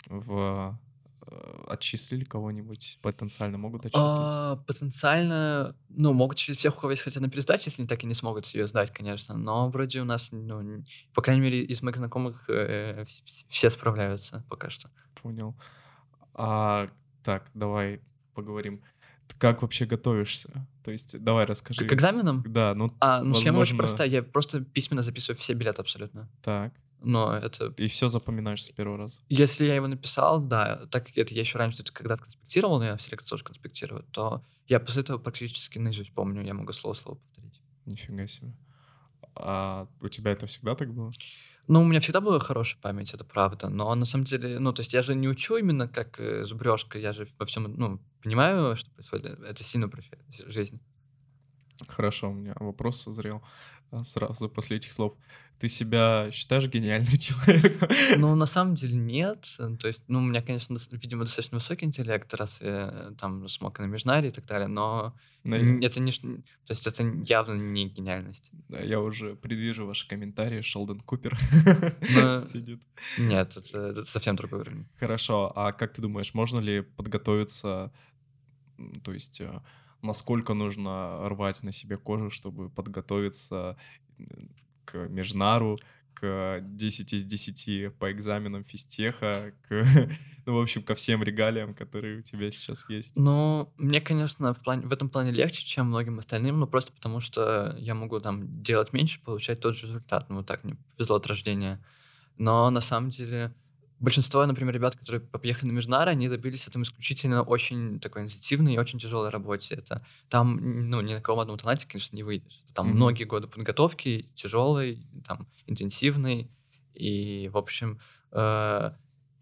S1: отчислили кого-нибудь? Потенциально могут отчислить?
S2: Потенциально, могут через всех, у кого есть хотя бы на пересдаче, если они так и не смогут ее сдать, конечно, но вроде у нас, по крайней мере, из моих знакомых все справляются пока что.
S1: Понял. А, так, давай поговорим. Ты как вообще готовишься? То есть, давай расскажи.
S2: К экзаменам?
S1: Да, ну,
S2: Схема очень
S1: возможно,
S2: простая. Я просто письменно записываю все билеты абсолютно.
S1: так.
S2: Но это...
S1: И все запоминаешь с первого раза.
S2: Если я его написал, да, так как это я еще раньше это когда-то конспектировал, но я в селекции тоже конспектирую, то я после этого практически наизусть помню, я могу слово в слово повторить.
S1: Нифига себе. А у тебя это всегда так было?
S2: У меня всегда была хорошая память, это правда, но на самом деле, то есть я же не учу именно как зубрежка, я же во всем, понимаю, что происходит, это сильно упрощает жизнь.
S1: Хорошо, у меня вопрос созрел сразу после этих слов. Ты себя считаешь гениальным человеком?
S2: На самом деле нет. То есть, у меня, конечно, видимо, достаточно высокий интеллект, раз я там смог и на Межнаре и так далее, но
S1: Да,
S2: это не... То есть это явно не гениальность.
S1: да, я уже предвижу ваши комментарии. Шелдон Купер
S2: Но
S1: сидит.
S2: нет, это совсем другой уровень.
S1: Хорошо, а как ты думаешь, можно ли подготовиться, то есть насколько нужно рвать на себе кожу, чтобы подготовиться к Межнару, к 10 из 10 по экзаменам физтеха, ну, в общем, ко всем регалиям, которые у тебя сейчас есть?
S2: Мне, конечно, в этом плане легче, чем многим остальным, просто потому что я могу там делать меньше, получать тот же результат. Вот так мне повезло от рождения. Но на самом деле большинство, например, ребят, которые поехали на Межнары, они добились этого исключительно очень такой интенсивной и очень тяжелой работе. Это там, ни на каком одном таланте, конечно, не выйдешь. Это там
S1: Мгм.
S2: многие годы подготовки, тяжелой, там, интенсивной. И, в общем,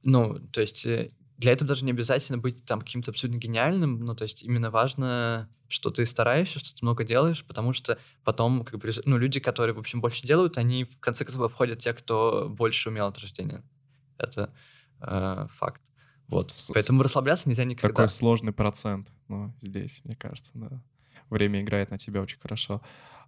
S2: Ну, то есть для этого даже не обязательно быть там каким-то абсолютно гениальным, ну, то есть именно важно, что ты стараешься, что ты много делаешь, потому что потом, как бы, ну, люди, которые, в общем, больше делают, они в конце концов обходят тех, кто больше умел от рождения. Это факт. Вот. Поэтому расслабляться нельзя никогда.
S1: Такой сложный процент, но здесь, мне кажется, да. Время играет на тебя очень хорошо.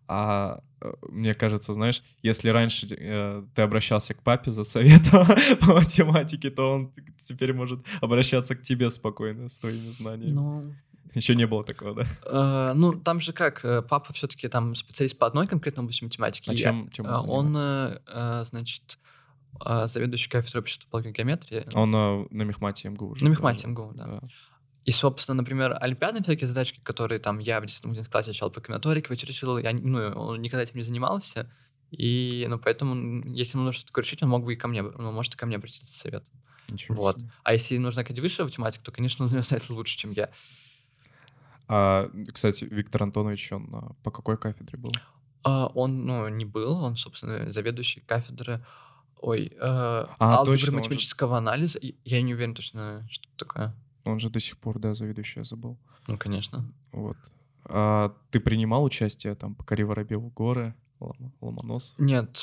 S1: Мне кажется, знаешь, если раньше ты обращался к папе за советом по математике, то он теперь может обращаться к тебе спокойно с твоими знаниями.
S2: Ну,
S1: Еще не было такого, да?
S2: ну, там же как, папа все-таки там специалист по одной конкретной области математики.
S1: А чем он
S2: Он,
S1: занимается?
S2: значит, заведующий кафедрой общества геометрии.
S1: Он на мехмате МГУ уже.
S2: На мехмате МГУ, да. И, собственно, например, олимпиадные всякие задачки, которые там я в 10 классе сначала по комбинаторике решил, он никогда этим не занимался. И, поэтому, если ему нужно что-то решить, он мог бы и ко мне, может и ко мне обратиться за советом. Вот. А если нужна какая-то высшая математика, то, конечно, он знает лучше, чем я.
S1: Кстати, Виктор Антонович, он по какой кафедре был?
S2: Он, не был, он, собственно, заведующий кафедры
S1: точно,
S2: математического анализа. Я не уверен точно, что это такое.
S1: Он же до сих пор, да, заведующий, я забыл.
S2: Ну, конечно.
S1: Вот. Ты принимал участие там «Покори Воробьеву горы», Ломоносов?
S2: Нет,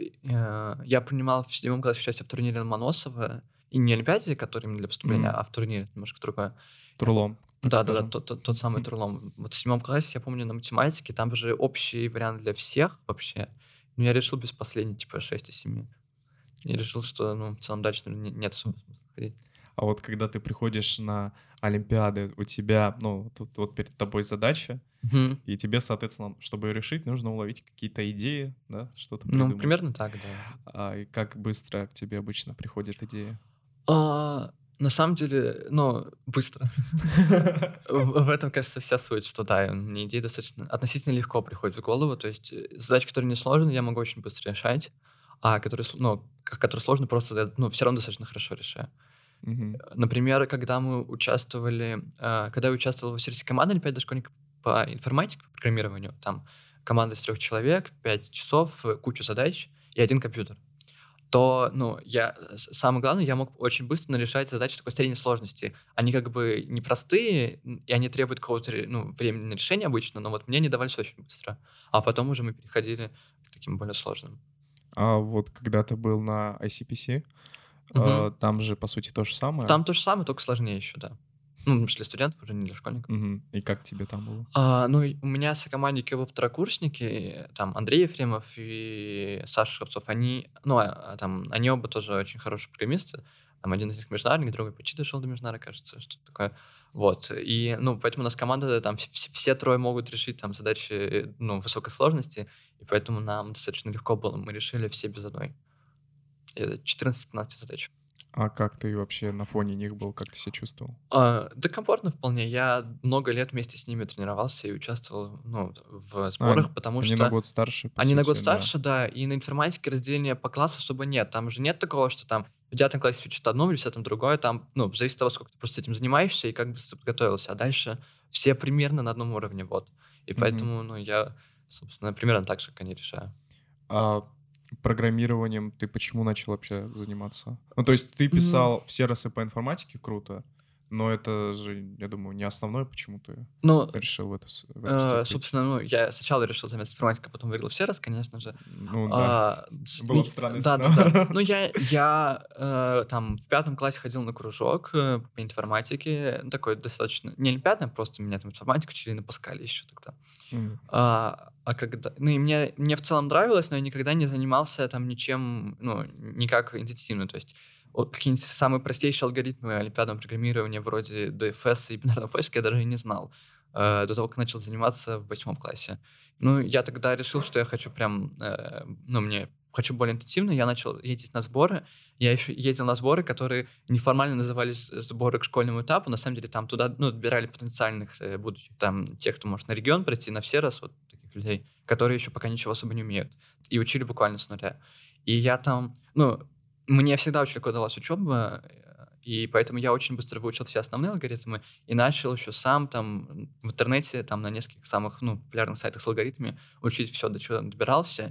S2: я принимал в 7 классе участие в турнире Ломоносова, и не Олимпиаде, который именно для поступления, а в турнире немножко другое.
S1: Турлом.
S2: Да, тот самый Турлом. Вот в 7 классе, я помню, на математике, там же общий вариант для всех вообще. Но я решил без последней, типа 6 из 7. Я решил, что, в целом дальше, наверное, нет особо смысла ходить.
S1: А вот когда ты приходишь на Олимпиады, у тебя, тут вот перед тобой задача, и тебе, соответственно, чтобы ее решить, нужно уловить какие-то идеи, да, что-то придумать.
S2: Примерно так, да.
S1: И как быстро к тебе обычно приходит идея?
S2: На самом деле, быстро. В этом, кажется, вся суть, что да, мне идеи достаточно относительно легко приходят в голову. То есть задачи, которые не сложны, я могу очень быстро решать, а которые сложны, просто все равно достаточно хорошо решаю. Например, когда я участвовал в сервисе команды Олимпиады дошкольников по информатике, по программированию, там команда из 3 человек, 5 часов, кучу задач и 1 компьютер, то, самое главное, я мог очень быстро решать задачи такой средней сложности. Они как бы непростые, и они требуют какого-то, времени на решение обычно, но вот мне не давались очень быстро. А потом уже мы переходили к таким более сложным.
S1: А вот когда ты был на ICPC, там же, по сути, то же самое?
S2: Там то же самое, только сложнее еще, да. Для студентов, уже не для школьников.
S1: И как тебе там было?
S2: У меня сокомандники его второкурсники, там Андрей Ефремов и Саша Шевцов, они оба тоже очень хорошие программисты. Там один из них международник, другой почти дошел до международника, кажется, что-то такое. Вот. И, поэтому у нас команда, там все 3 могут решить там задачи, высокой сложности, и поэтому нам достаточно легко было. Мы решили все без одной. 14-15 задач.
S1: А как ты вообще на фоне них был? Как ты себя чувствовал?
S2: Да комфортно вполне. Я много лет вместе с ними тренировался и участвовал в сборах, потому что...
S1: Они на год старше, по
S2: Они на
S1: сути,
S2: год старше, да, и на информатике разделения по классу особо нет. Там же нет такого, что там в 9 классе учат одно, в 10 другое. Там, зависит от того, сколько ты просто этим занимаешься и как быстро подготовился. А дальше все примерно на одном уровне, вот. И поэтому, я, собственно, примерно так же, как они, решаю.
S1: Программированием ты почему начал вообще заниматься? То есть ты писал в сервисы по информатике, круто, но это же, я думаю, не основное, почему ты решил в это степь.
S2: Собственно, я сначала решил заняться информатикой, потом вырвал в сервис, конечно же.
S1: Да. Было бы странно, если бы.
S2: Я там в 5 классе ходил на кружок по информатике, такой достаточно... Не олимпиадный, просто меня там информатика учили на Паскале еще тогда. И мне в целом нравилось, но я никогда не занимался там ничем, никак интенсивно. То есть какие-нибудь самые простейшие алгоритмы олимпиадного программирования вроде DFS и бинарного поиска я даже и не знал до того, как начал заниматься в 8 классе. Я тогда решил, что я хочу хочу более интенсивно. Я начал ездить на сборы. Я еще ездил на сборы, которые неформально назывались сборы к школьному этапу. На самом деле там туда отбирали потенциальных будущих, там тех, кто может на регион пройти, на все раз, вот таких людей, которые еще пока ничего особо не умеют. И учили буквально с нуля. И я там, мне всегда очень легко далась учеба, и поэтому я очень быстро выучил все основные алгоритмы и начал еще сам там в интернете, там на нескольких самых популярных сайтах с алгоритмами учить все, до чего добирался.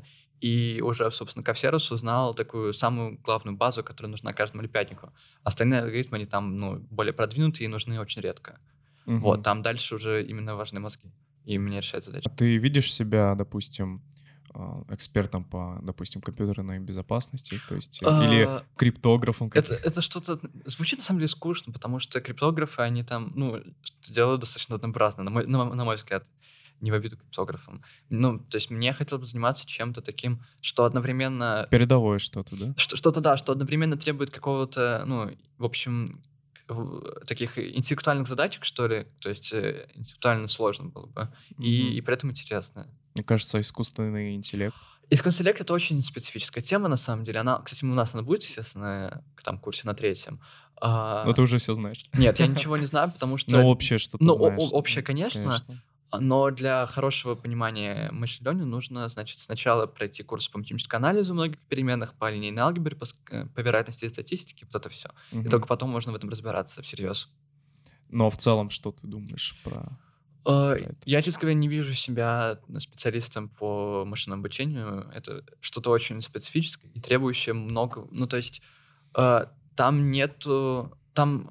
S2: и уже, собственно, Кавсерус узнал такую самую главную базу, которая нужна каждому олимпиаднику. Остальные алгоритмы, они там, более продвинутые и нужны очень редко. Вот, там дальше уже именно важны мозги, и мне решать задачи.
S1: А ты видишь себя, допустим, экспертом по, допустим, компьютерной безопасности, то есть, или криптографом?
S2: Это что-то звучит на самом деле скучно, потому что криптографы, они там, делают достаточно однообразно, на мой взгляд, не в обиду криптографам. То есть мне хотелось бы заниматься чем-то таким, что одновременно...
S1: Передовое что-то, да?
S2: Что одновременно требует какого-то, в общем, таких интеллектуальных задачек, что ли, то есть интеллектуально сложно было бы, и при этом интересно.
S1: Мне кажется, искусственный интеллект.
S2: Искусственный интеллект — это очень специфическая тема, на самом деле. Она, кстати, у нас она будет, естественно, там, курсе на 3.
S1: Но ты уже все знаешь.
S2: Нет, я ничего не знаю, потому что...
S1: Ну, общее что-то знаешь.
S2: Общее, конечно. Но для хорошего понимания machine learning нужно, значит, сначала пройти курс по математическому анализу многих переменных, по линейной алгебре, по вероятности и статистике, вот это все. И только потом можно в этом разбираться всерьез.
S1: Но в целом, что ты думаешь про это?
S2: Я, честно говоря, не вижу себя специалистом по машинному обучению. Это что-то очень специфическое и требующее много... то есть там нету... Там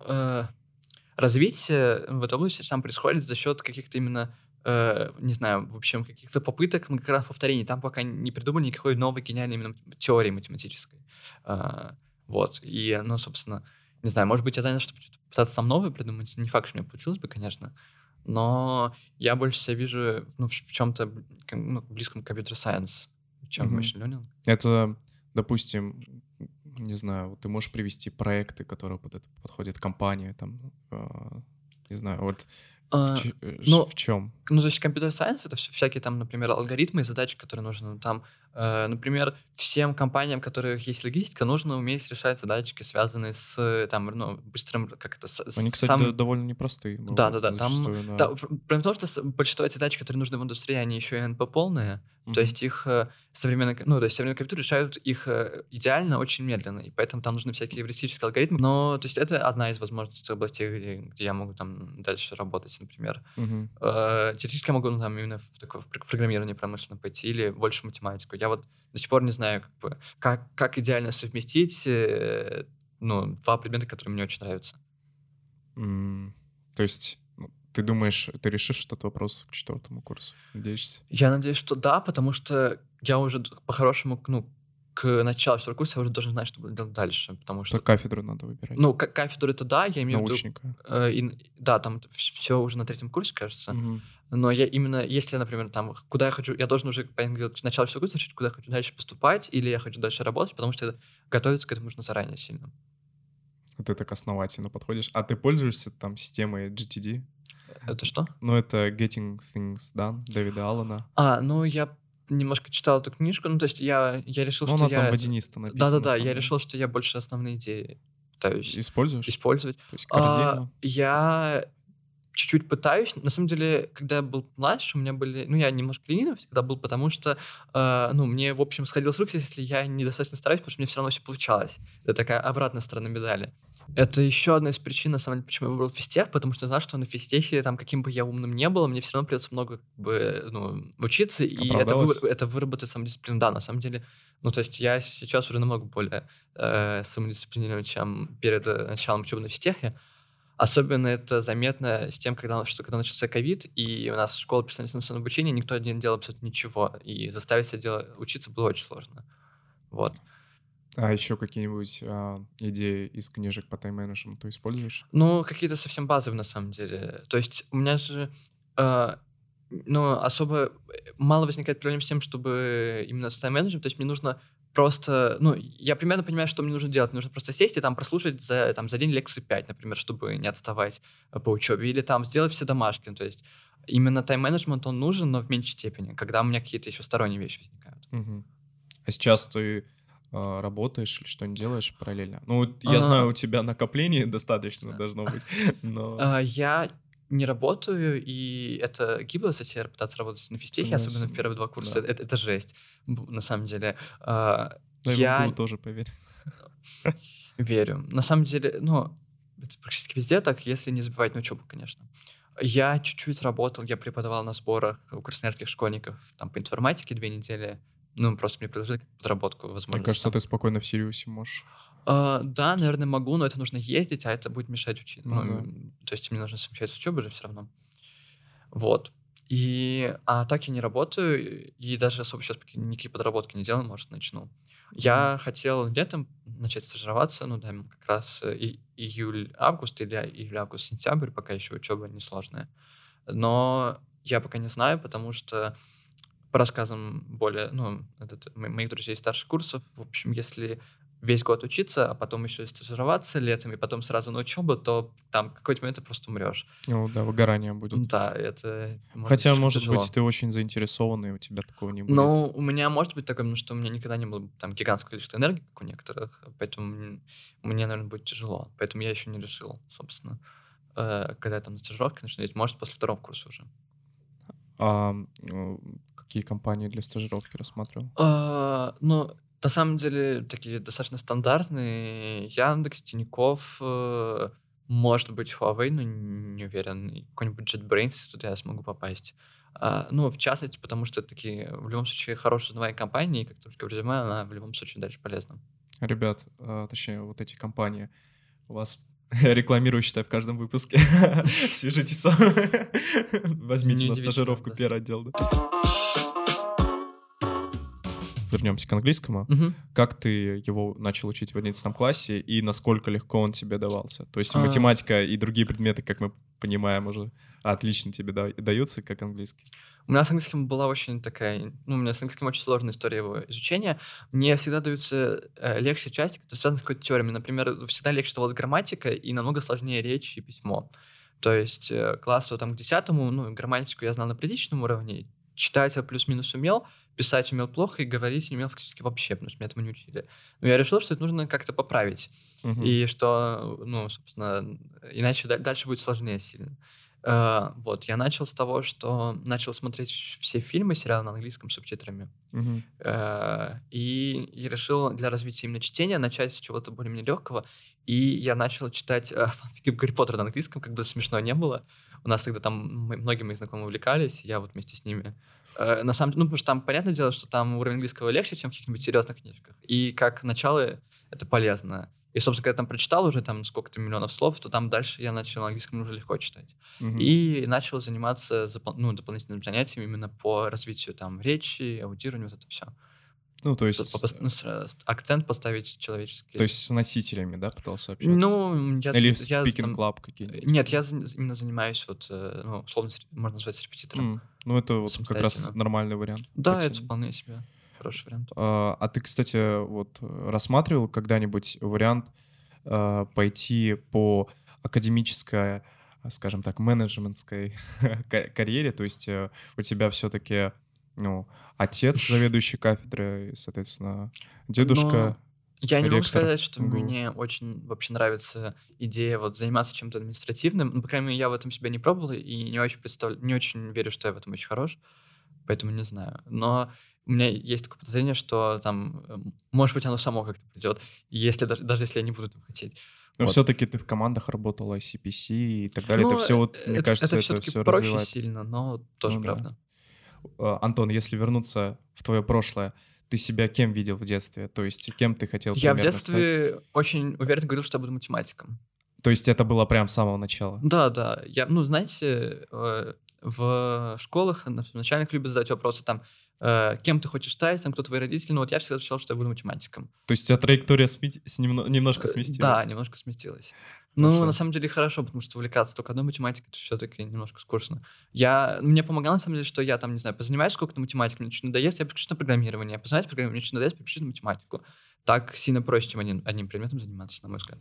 S2: развитие в этой области там происходит за счет каких-то именно не знаю, в общем, каких-то попыток как раз повторений. Там пока не придумали никакой новой гениальной именно теории математической. Вот. И, собственно, не знаю, может быть, я занят, чтобы что-то пытаться сам новое придумать. Не факт, что у меня получилось бы, конечно. Но я больше себя вижу в чем-то близком к компьютер-сайенс, чем в machine learning.
S1: Это, допустим, не знаю, ты можешь привести проекты, которые под это подходят, компания, там, не знаю, вот в чем?
S2: То есть компьютер-сайенс — это всякие там, например, алгоритмы и задачи, которые нужны. Там, например, всем компаниям, у которых есть логистика, нужно уметь решать задачки, связанные с быстрым...
S1: Они, кстати, довольно непростые.
S2: Да. Проблема в том, что большинство этих задач, которые нужны в индустрии, они еще и НП-полные. То есть их современные компьютеры решают их идеально очень медленно, и поэтому там нужны всякие эвристические алгоритмы. Но, то есть это одна из возможностей областей, где я могу там дальше работать, например. Теоретически я могу именно в программирование промышленно пойти или больше в математику. Я вот до сих пор не знаю, как идеально совместить два предмета, которые мне очень нравятся.
S1: То есть ты думаешь, ты решишь этот вопрос к 4 курсу? Надеешься?
S2: Я надеюсь, что да, потому что я уже по-хорошему, к началу 4 курса я уже должен знать, что буду делать дальше, потому что...
S1: Кафедру надо выбирать.
S2: Кафедру это да, я имею в виду...
S1: Научника.
S2: Да, там все уже на 3 курсе, кажется. Но я именно, если, например, там, куда я хочу, я должен уже с начала всего курса решить, куда я хочу дальше поступать, или я хочу дальше работать, потому что готовиться к этому нужно заранее сильно.
S1: Ты так основательно подходишь. А ты пользуешься там системой GTD?
S2: Это что?
S1: Это Getting Things Done Дэвида Аллена.
S2: Я немножко читал эту книжку, то есть я решил, что
S1: она там водянисто написана.
S2: Да, я решил, что я больше основные идеи пытаюсь
S1: использовать.
S2: То
S1: есть корзину?
S2: Я чуть-чуть пытаюсь. На самом деле, когда я был младше, у меня были... я немножко ленивый всегда был, потому что, мне, в общем, сходило с рук, если я недостаточно стараюсь, потому что мне все равно все получалось. Это такая обратная сторона медали. Это еще одна из причин, на самом деле, почему я выбрал физтех, потому что я знал, что на физтехе, там, каким бы я умным не был, мне все равно придется много учиться, и это выработать самодисциплину. Да, на самом деле, то есть я сейчас уже намного более самодисциплинирован, чем перед началом учебы на физтехе. Особенно это заметно с тем, когда начался ковид, и у нас школа перешла на дистанционное обучение, никто не делал абсолютно ничего, и заставить себя учиться было очень сложно. Вот.
S1: А еще какие-нибудь идеи из книжек по тайм-менеджменту используешь?
S2: Какие-то совсем базовые, на самом деле. То есть у меня же особо мало возникает проблем с тем, чтобы именно с тайм-менеджментом, то есть мне нужно просто, я примерно понимаю, что мне нужно делать. Мне нужно просто сесть и там прослушать за день лекции 5, например, чтобы не отставать по учебе, или там сделать все домашки. То есть именно тайм-менеджмент, он нужен, но в меньшей степени, когда у меня какие-то еще сторонние вещи возникают.
S1: А сейчас ты работаешь или что-нибудь делаешь параллельно? Я знаю, у тебя накоплений достаточно должно быть, но...
S2: Я не работаю, и это гибло затея пытаться работать на физтехе, особенно в первые 2 курса. Да. Это жесть, на самом деле.
S1: Я тоже поверь.
S2: Верю. На самом деле, это практически везде так, если не забивать на учебу, конечно. Я чуть-чуть работал, я преподавал на сборах у красноярских школьников там по информатике 2 недели. Ну, просто мне предложили подработку,
S1: Мне
S2: возможно,
S1: кажется,
S2: там.
S1: ты спокойно в Сириусе можешь.
S2: Да, наверное, могу, но это нужно ездить, а это будет мешать учить.
S1: Ну да.
S2: То есть мне нужно совмещать с учебой же все равно. Вот. А так я не работаю, и даже особо сейчас никакие подработки не делаю, может, начну. Я хотел летом начать стажироваться, ну да, как раз июль-август или июль-август-сентябрь, пока еще учеба несложная. Но я пока не знаю, потому что по рассказам моих друзей из старших курсов, в общем, если весь год учиться, а потом еще и стажироваться летом, и потом сразу на учебу, то там в какой-то момент ты просто умрешь.
S1: Ну да, выгорание будет.
S2: Да, это может быть
S1: Хотя,
S2: слишком
S1: может быть,
S2: тяжело.
S1: ты очень заинтересованный, у тебя такого не будет.
S2: Но у меня может быть такое, потому что у меня никогда не было там гигантского количества энергии, как у некоторых, поэтому мне, наверное, будет тяжело. Поэтому я еще не решил, собственно, когда я там на стажировке начну ездить. Может, после второго курса уже.
S1: Какие компании для стажировки рассматривал?
S2: Ну, на самом деле, такие достаточно стандартные. Яндекс, Тинькофф, может быть, Huawei, но не уверен. И какой-нибудь JetBrains, если туда я смогу попасть. Ну, в частности, потому что это такие, в любом случае, хорошие узнаваемые компании, и как только в резюме, она в любом случае дальше полезна.
S1: Ребят, точнее, вот эти компании, у вас рекламирую, считай, в каждом выпуске. Свяжитесь со мной. Возьмите на
S2: Неудивительно,
S1: стажировку
S2: да.
S1: первый отдел. Да. Вернемся к английскому.
S2: Мгм.
S1: Как ты его начал учить в 11 классе и насколько легко он тебе давался? То есть
S2: А,
S1: математика и другие предметы, как мы понимаем, уже отлично тебе даются, как английский.
S2: У меня с английским была очень такая... Ну, у меня с английским очень сложная история его изучения. Мне всегда даются легче части, которые связаны с какой-то теорией. Например, всегда легче давалась грамматика и намного сложнее речь и письмо. То есть к классу там, к 10-му, ну, грамматику я знал на приличном уровне, читать я плюс-минус умел, писать умел плохо и говорить не умел фактически вообще, потому что меня этому не учили. Но я решил, что это нужно как-то поправить.
S1: Мгм.
S2: И что, ну, собственно, иначе дальше будет сложнее сильно. Вот, я начал с того, что начал смотреть все фильмы, сериалы на английском с субтитрами.
S1: Мгм.
S2: И решил для развития именно чтения начать с чего-то более-менее легкого. И я начал читать фанфики Гарри Поттера на английском, как бы смешно не было. У нас тогда там многие мои знакомые увлекались, я вот вместе с ними. На самом деле, ну, потому что там, понятное дело, что там уровень английского легче, чем в каких-нибудь серьезных книжках. И как начало это полезно. И, собственно, когда я там прочитал уже там сколько-то миллионов слов, то там дальше я начал на английском уже легко читать.
S1: Мгм.
S2: И начал заниматься дополнительными занятиями именно по развитию там речи, аудированию, вот это все.
S1: Ну, то есть,
S2: Акцент поставить человеческий.
S1: то есть с носителями, да, пытался общаться?
S2: Ну,
S1: Или в
S2: я
S1: Speaking
S2: там...
S1: Club какие-нибудь?
S2: Нет, я именно занимаюсь вот, ну, условно, можно назвать с репетитором.
S1: Ну, это вот как раз
S2: Самостоятельно.
S1: нормальный вариант.
S2: Да,
S1: Так
S2: это
S1: себе.
S2: вполне себе хороший вариант.
S1: А ты, кстати, вот рассматривал когда-нибудь вариант пойти по академической, скажем так, менеджментской карьере? То есть у тебя все-таки, ну, отец заведующий кафедрой, соответственно, дедушка
S2: Я не могу
S1: ректор
S2: сказать, что
S1: МГУ.
S2: мне очень вообще нравится идея вот заниматься чем-то административным. Ну, по крайней мере, я в этом себя не пробовал и не очень верю, что я в этом очень хорош, поэтому не знаю. Но у меня есть такое подозрение, что там, может быть, оно само как-то придет, если даже если я не буду этого хотеть.
S1: Но
S2: Вот.
S1: все-таки ты в командах работал, ICPC и так далее. Это
S2: Ну,
S1: все, вот, мне кажется,
S2: это
S1: это
S2: все-таки
S1: все
S2: проще
S1: развивает.
S2: сильно, но тоже
S1: Ну да.
S2: правда.
S1: Антон, если вернуться в твое прошлое, ты себя кем видел в детстве? То есть кем ты хотел
S2: Я в
S1: примерно стать?
S2: детстве очень уверенно говорил, что я буду математиком.
S1: То есть это было прям с самого начала?
S2: Да. Ну, знаете, в школах начальник любит задать вопросы там, кем ты хочешь стать, там, кто твои родители. Ну, вот я всегда отвечал, что я буду математиком.
S1: То есть у тебя траектория немножко
S2: Да,
S1: сместилась?
S2: немножко сместилась.
S1: Хорошо.
S2: Ну, на самом деле, хорошо, потому что увлекаться только одной математикой, это все-таки немножко скучно. Мне помогало, на самом деле, что я там, не знаю, позанимаюсь сколько-то математикой, мне чуть надоест, я переключусь на программирование. Позанимаюсь программированием, мне чуть надоест, переключусь на математику. Так сильно проще, чем одним предметом заниматься, на мой взгляд.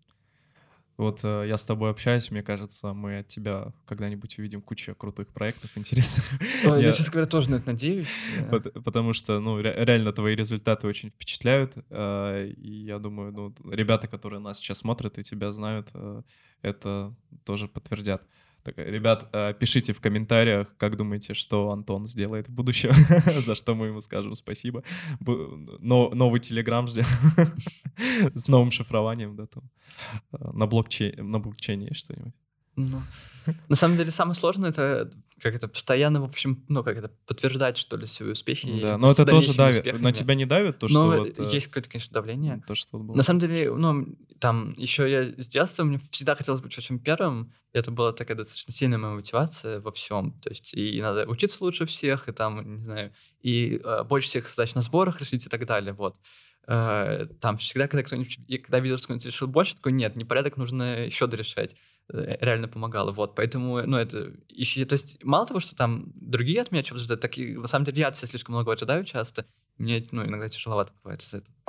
S1: Вот я с тобой общаюсь, мне кажется, мы от тебя когда-нибудь увидим кучу крутых проектов интересных.
S2: Я, честно говоря, тоже на это надеюсь.
S1: Потому что, ну, реально твои результаты очень впечатляют. И я думаю, ну, ребята, которые нас сейчас смотрят и тебя знают, это тоже подтвердят. Так, ребят, пишите в комментариях, как думаете, что Антон сделает в будущем, за что мы ему скажем спасибо. Новый Телеграм ждем с новым шифрованием, да, там, на блокчейне что-нибудь.
S2: Ну, на самом деле самое сложное это как это постоянно, в общем, ну как это подтверждать что ли свои успехи
S1: Да,
S2: и
S1: но
S2: с
S1: это тоже
S2: дальнейшими
S1: давит. На
S2: успехами.
S1: тебя не давит то, что
S2: Но
S1: вот...
S2: есть какое-то, конечно, давление.
S1: То, что вот было.
S2: На самом деле, ну, там, еще я с детства, мне всегда хотелось быть во всем первым. И это была такая достаточно сильная моя мотивация во всем. То есть и надо учиться лучше всех, и там, не знаю, и больше всех задач на сборах решить и так далее, вот. Там всегда, когда кто-нибудь, и когда видел, что кто-нибудь решил больше, такой, нет, непорядок нужно еще дорешать. Реально помогало, вот. Поэтому, ну, это еще, то есть мало того, что там другие от меня чего-то ожидают, так и на самом деле я от себя слишком много ожидаю часто. Мне, ну, иногда тяжеловато бывает из-за этого.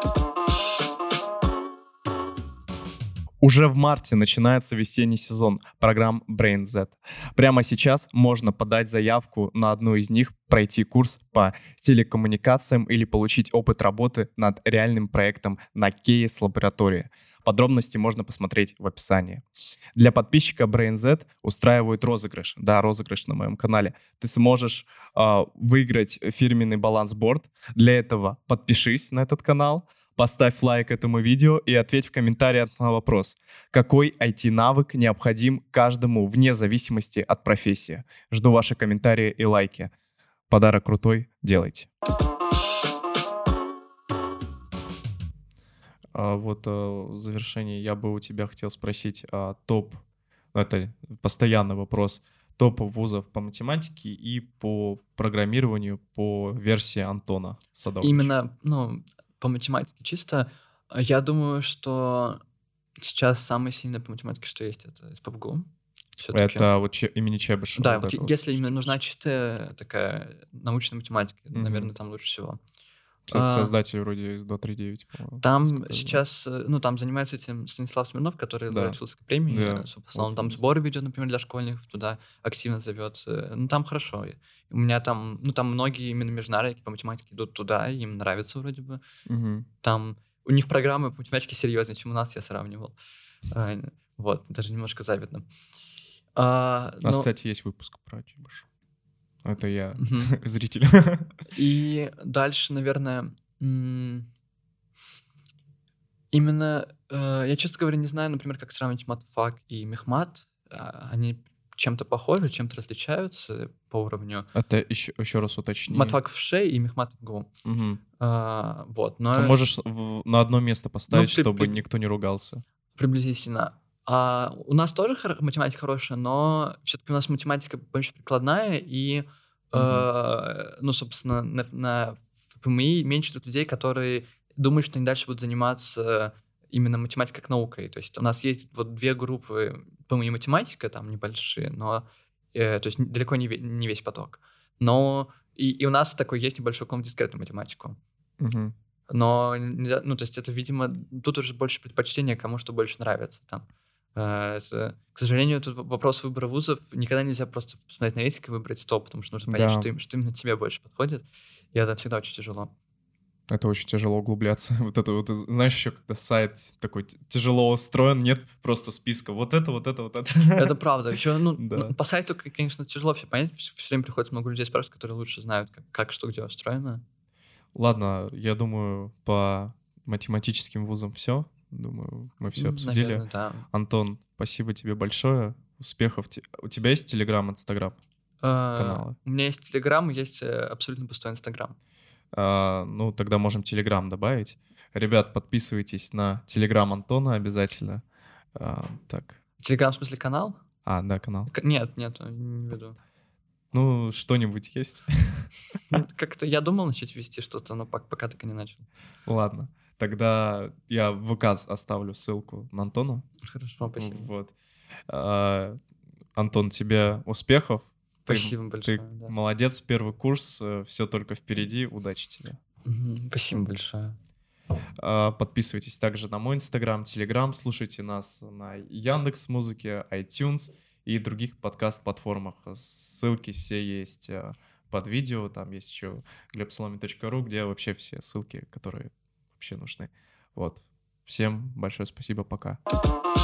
S1: Уже в марте начинается весенний сезон программ Brain Z. Прямо сейчас можно подать заявку на одну из них, пройти курс по телекоммуникациям или получить опыт работы над реальным проектом на Кейс лаборатории. Подробности можно посмотреть в описании. Для подписчика Brain Z устраивают розыгрыш. Да, розыгрыш на моем канале. Ты сможешь выиграть фирменный балансборд. Для этого подпишись на этот канал, поставь лайк этому видео и ответь в комментариях на вопрос, какой IT-навык необходим каждому вне зависимости от профессии. Жду ваши комментарии и лайки. Подарок крутой, делайте. Вот в завершении я бы у тебя хотел спросить топ, это постоянный вопрос, топ вузов по математике и по программированию по версии Антона Садовича.
S2: Именно, ну, по математике чисто, я думаю, что сейчас самое сильное по математике, что есть, это СПбГУ. Всё-таки.
S1: Это вот имени Чебышева.
S2: Да, вот если именно нужна чистая такая научная математика, наверное, там лучше всего.
S1: Создатель вроде из 239, по-моему.
S2: Там сейчас, ну, там занимается этим Станислав Смирнов, который лауреат Филдовской премии.
S1: Да.
S2: В основном там сборы ведет, например, для школьников, туда активно зовет. Ну, там хорошо. У меня там, ну, там многие именно международники по математике идут туда, им нравится вроде бы. Там у них программы по математике серьезнее, чем у нас, я сравнивал. Вот, даже немножко завидно.
S1: Кстати, есть выпуск про Чебышева. Это я зритель.
S2: И дальше, наверное, именно, я, честно говоря, не знаю, например, как сравнить матфак и мехмат. Они чем-то похожи, чем-то различаются по уровню.
S1: Это еще раз уточни.
S2: Матфак в ШЕ и мехмат в ГУ. Вот, но...
S1: Ты можешь на одно место поставить, чтобы никто не ругался.
S2: Приблизительно. У нас тоже математика хорошая, но все-таки у нас математика больше прикладная, и, ну, собственно, на ПМИ меньше тут людей, которые думают, что они дальше будут заниматься именно математикой как наукой. То есть у нас есть вот 2 группы ПМИ математика, там небольшие, но, то есть далеко не весь поток. Но и у нас такой есть небольшой уклон в дискретную математику. Но нельзя, ну, то есть это, видимо, тут уже больше предпочтение, кому что больше нравится там. Это, к сожалению, тут вопрос выбора вузов. Никогда нельзя просто посмотреть на рейтинг и выбрать 100, потому что нужно понять, что именно тебе больше подходит. И это всегда очень тяжело.
S1: Это очень тяжело углубляться. Вот это вот, знаешь, еще когда сайт такой тяжело устроен, нет просто списка. Вот это, вот это, вот это.
S2: Это правда. Еще, ну, по сайту, конечно, тяжело все понять. Все время приходится много людей спрашивать, которые лучше знают, как что где устроено.
S1: Ладно, я думаю, по математическим вузам все. Думаю, мы все обсудили.
S2: Наверное, да.
S1: Антон, спасибо тебе большое. Успехов. У тебя есть Телеграм, Инстаграм каналы?
S2: У меня есть Телеграм, есть абсолютно пустой Инстаграм.
S1: Ну, тогда можем Телеграм добавить. Ребят, подписывайтесь на Телеграм Антона обязательно. Так.
S2: Телеграм, в смысле, канал?
S1: Да, канал.
S2: Нет, не веду.
S1: Ну, что-нибудь есть?
S2: Как-то я думал начать вести что-то, но пока так и не начал.
S1: Ладно. Тогда я в ВК оставлю ссылку на Антона.
S2: Хорошо, спасибо.
S1: Вот. Антон, тебе успехов.
S2: Спасибо большое.
S1: Ты молодец, первый курс, все только впереди. Удачи тебе.
S2: Спасибо большое.
S1: Подписывайтесь также на мой Инстаграм, Телеграм, слушайте нас на Яндекс.Музыке, iTunes и других подкаст-платформах. Ссылки все есть под видео, там есть еще glebsolomин.ru, где вообще все ссылки, которые вообще нужны. Вот. Всем большое спасибо, пока.